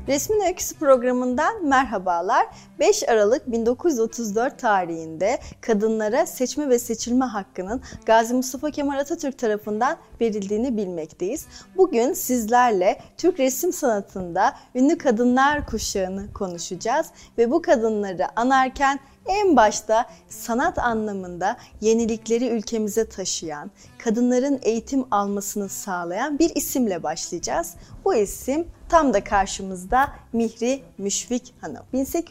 Resmin Öyküsü programından merhabalar. 5 Aralık 1934 tarihinde kadınlara seçme ve seçilme hakkının Gazi Mustafa Kemal Atatürk tarafından verildiğini bilmekteyiz. Bugün sizlerle Türk resim sanatında ünlü kadınlar kuşağını konuşacağız ve bu kadınları anarken en başta sanat anlamında yenilikleri ülkemize taşıyan, kadınların eğitim almasını sağlayan bir isimle başlayacağız. Bu isim tam da karşımızda Mihri Müşfik Hanım.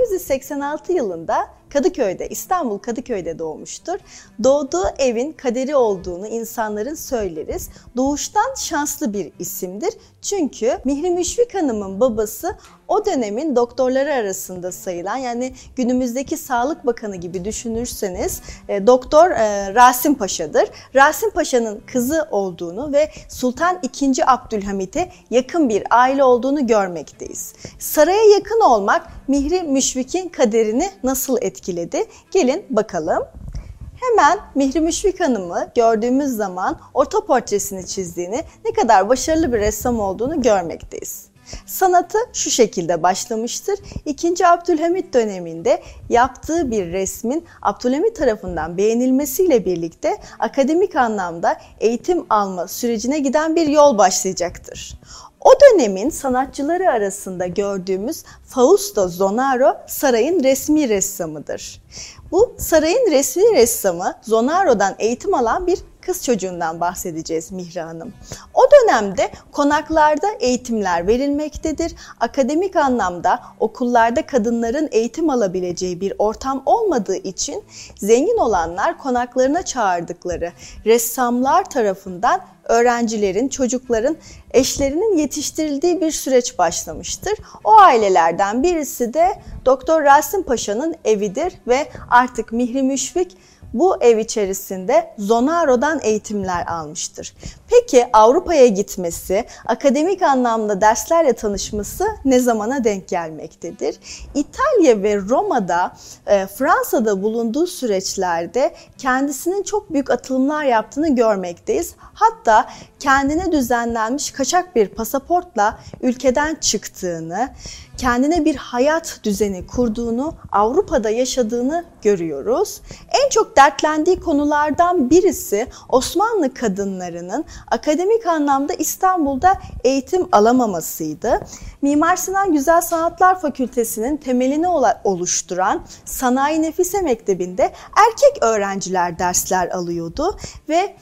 1886 yılında Kadıköy'de, İstanbul Kadıköy'de doğmuştur. Doğduğu evin kaderi olduğunu insanların söyleriz. Doğuştan şanslı bir isimdir. Çünkü Mihri Müşfik Hanım'ın babası o dönemin doktorları arasında sayılan, yani günümüzdeki Sağlık Bakanı gibi düşünürseniz Doktor Rasim Paşa'dır. Rasim Paşa'nın kızı olduğunu ve Sultan II. Abdülhamit'e yakın bir aile olduğunu görmekteyiz. Saraya yakın olmak Mihri Müşfik'in kaderini nasıl etkiledi? Gelin bakalım. Hemen Mihri Müşfik Hanım'ı gördüğümüz zaman ortoportresini çizdiğini, ne kadar başarılı bir ressam olduğunu görmekteyiz. Sanatı şu şekilde başlamıştır. II. Abdülhamit döneminde yaptığı bir resmin Abdülhamit tarafından beğenilmesiyle birlikte akademik anlamda eğitim alma sürecine giden bir yol başlayacaktır. O dönemin sanatçıları arasında gördüğümüz Fausto Zonaro sarayın resmi ressamıdır. Bu sarayın resmi ressamı Zonaro'dan eğitim alan bir kız çocuğundan bahsedeceğiz Mihri Hanım. O dönemde konaklarda eğitimler verilmektedir. Akademik anlamda okullarda kadınların eğitim alabileceği bir ortam olmadığı için zengin olanlar konaklarına çağırdıkları ressamlar tarafından öğrencilerin, çocukların, eşlerinin yetiştirildiği bir süreç başlamıştır. O ailelerden birisi de Doktor Rasim Paşa'nın evidir ve artık Mihri Müşfik bu ev içerisinde Zonaro'dan eğitimler almıştır. Peki Avrupa'ya gitmesi, akademik anlamda derslerle tanışması ne zamana denk gelmektedir? İtalya ve Roma'da, Fransa'da bulunduğu süreçlerde kendisinin çok büyük atılımlar yaptığını görmekteyiz. Hatta kendine düzenlenmiş kaçak bir pasaportla ülkeden çıktığını, kendine bir hayat düzeni kurduğunu, Avrupa'da yaşadığını görüyoruz. En çok dertlendiği konulardan birisi Osmanlı kadınlarının akademik anlamda İstanbul'da eğitim alamamasıydı. Mimar Sinan Güzel Sanatlar Fakültesi'nin temelini oluşturan Sanayi Nefise Mektebi'nde erkek öğrenciler dersler alıyordu ve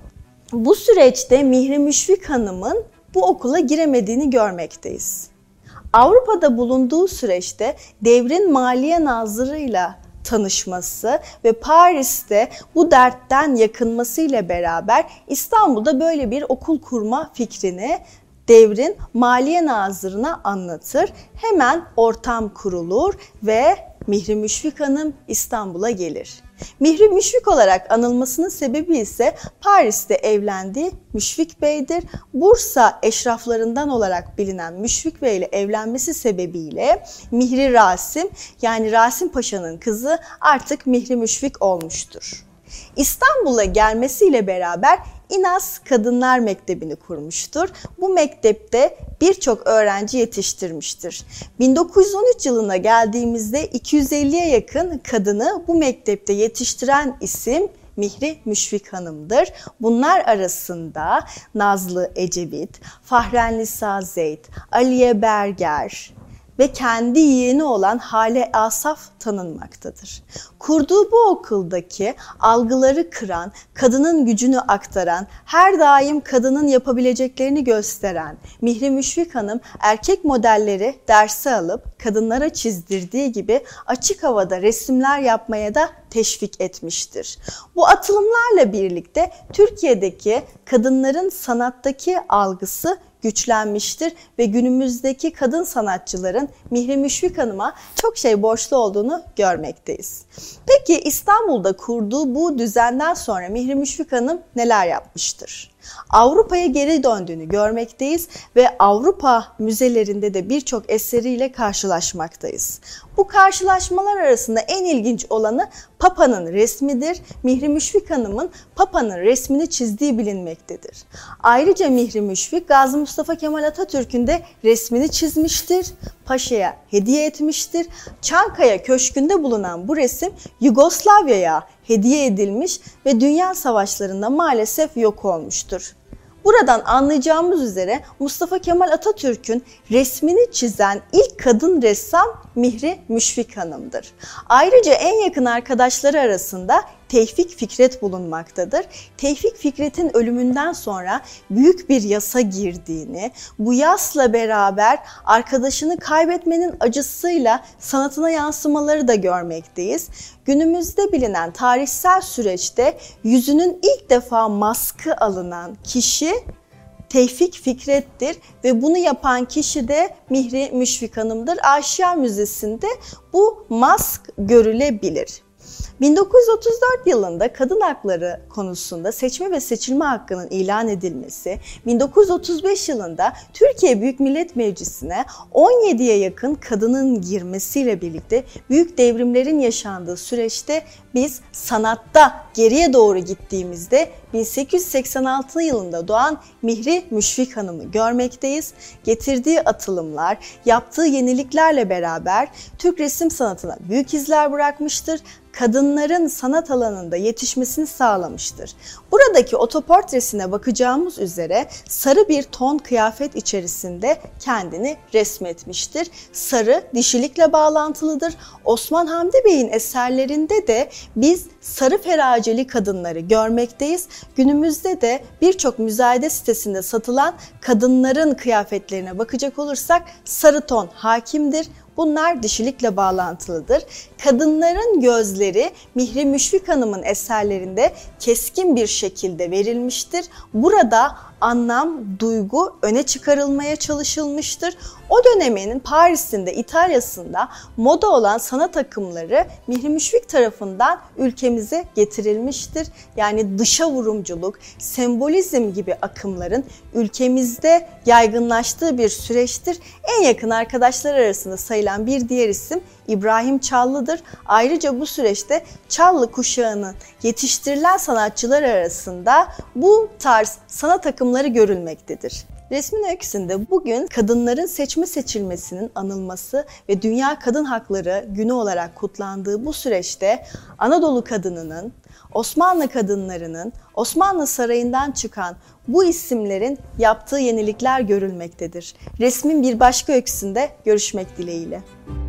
bu süreçte Mihri Müşfik Hanım'ın bu okula giremediğini görmekteyiz. Avrupa'da bulunduğu süreçte devrin Maliye Nazırı'yla tanışması ve Paris'te bu dertten yakınmasıyla beraber İstanbul'da böyle bir okul kurma fikrini devrin Maliye Nazırı'na anlatır. Hemen ortam kurulur ve Mihri Müşfik Hanım İstanbul'a gelir. Mihri Müşfik olarak anılmasının sebebi ise Paris'te evlendiği Müşfik Bey'dir. Bursa eşraflarından olarak bilinen Müşfik Bey ile evlenmesi sebebiyle Mihri Rasim, yani Rasim Paşa'nın kızı artık Mihri Müşfik olmuştur. İstanbul'a gelmesiyle beraber İnaz Kadınlar Mektebi'ni kurmuştur. Bu mektepte birçok öğrenci yetiştirmiştir. 1913 yılına geldiğimizde 250'ye yakın kadını bu mektepte yetiştiren isim Mihri Müşfik Hanım'dır. Bunlar arasında Nazlı Ecevit, Fahrenisa Zeyd, Aliye Berger ve kendi yeğeni olan Hale Asaf tanınmaktadır. Kurduğu bu okuldaki algıları kıran, kadının gücünü aktaran, her daim kadının yapabileceklerini gösteren Mihri Müşfik Hanım erkek modelleri derse alıp kadınlara çizdirdiği gibi açık havada resimler yapmaya da teşvik etmiştir. Bu atılımlarla birlikte Türkiye'deki kadınların sanattaki algısı güçlenmiştir ve günümüzdeki kadın sanatçıların Mihri Müşfik Hanım'a çok şey borçlu olduğunu görmekteyiz. Peki İstanbul'da kurduğu bu düzenden sonra Mihri Müşfik Hanım neler yapmıştır? Avrupa'ya geri döndüğünü görmekteyiz ve Avrupa müzelerinde de birçok eseriyle karşılaşmaktayız. Bu karşılaşmalar arasında en ilginç olanı Papa'nın resmidir. Mihri Müşfik Hanım'ın Papa'nın resmini çizdiği bilinmektedir. Ayrıca Mihri Müşfik, Gazi Mustafa Kemal Atatürk'ün de resmini çizmiştir. Paşa'ya hediye etmiştir. Çankaya Köşkü'nde bulunan bu resim Yugoslavya'ya hediye edilmiş ve dünya savaşlarında maalesef yok olmuştur. Buradan anlayacağımız üzere Mustafa Kemal Atatürk'ün resmini çizen ilk kadın ressam Mihri Müşfik Hanım'dır. Ayrıca en yakın arkadaşları arasında Tevfik Fikret bulunmaktadır. Tevfik Fikret'in ölümünden sonra büyük bir yasa girdiğini, bu yasla beraber arkadaşını kaybetmenin acısıyla sanatına yansımaları da görmekteyiz. Günümüzde bilinen tarihsel süreçte yüzünün ilk defa maskı alınan kişi Tevfik Fikret'tir ve bunu yapan kişi de Mihri Müşfik Hanım'dır. Aşiya Müzesi'nde bu mask görülebilir. 1934 yılında kadın hakları konusunda seçme ve seçilme hakkının ilan edilmesi, 1935 yılında Türkiye Büyük Millet Meclisi'ne 17'ye yakın kadının girmesiyle birlikte büyük devrimlerin yaşandığı süreçte biz sanatta geriye doğru gittiğimizde 1886 yılında doğan Mihri Müşfik Hanım'ı görmekteyiz. Getirdiği atılımlar, yaptığı yeniliklerle beraber Türk resim sanatına büyük izler bırakmıştır. Kadınların sanat alanında yetişmesini sağlamıştır. Buradaki otoportresine bakacağımız üzere sarı bir ton kıyafet içerisinde kendini resmetmiştir. Sarı dişilikle bağlantılıdır. Osman Hamdi Bey'in eserlerinde de biz sarı feraceli kadınları görmekteyiz. Günümüzde de birçok müzayede sitesinde satılan kadınların kıyafetlerine bakacak olursak sarı ton hakimdir. Bunlar dişilikle bağlantılıdır. Kadınların gözleri Mihri Müşfik Hanım'ın eserlerinde keskin bir şekilde verilmiştir. Burada anlam, duygu öne çıkarılmaya çalışılmıştır. O dönemin Paris'inde, İtalya'sında moda olan sanat akımları Mihri Müşfik tarafından ülkemize getirilmiştir. Yani dışa vurumculuk, sembolizm gibi akımların ülkemizde yaygınlaştığı bir süreçtir. En yakın arkadaşlar arasında sayılan bir diğer isim İbrahim Çallı'dır. Ayrıca bu süreçte Çallı kuşağının yetiştirilen sanatçılar arasında bu tarz sanat akımları görülmektedir. Resmin öyküsünde bugün kadınların seçme seçilmesinin anılması ve Dünya Kadın Hakları Günü olarak kutlandığı bu süreçte Anadolu kadınının, Osmanlı kadınlarının, Osmanlı Sarayı'ndan çıkan bu isimlerin yaptığı yenilikler görülmektedir. Resmin bir başka öyküsünde görüşmek dileğiyle.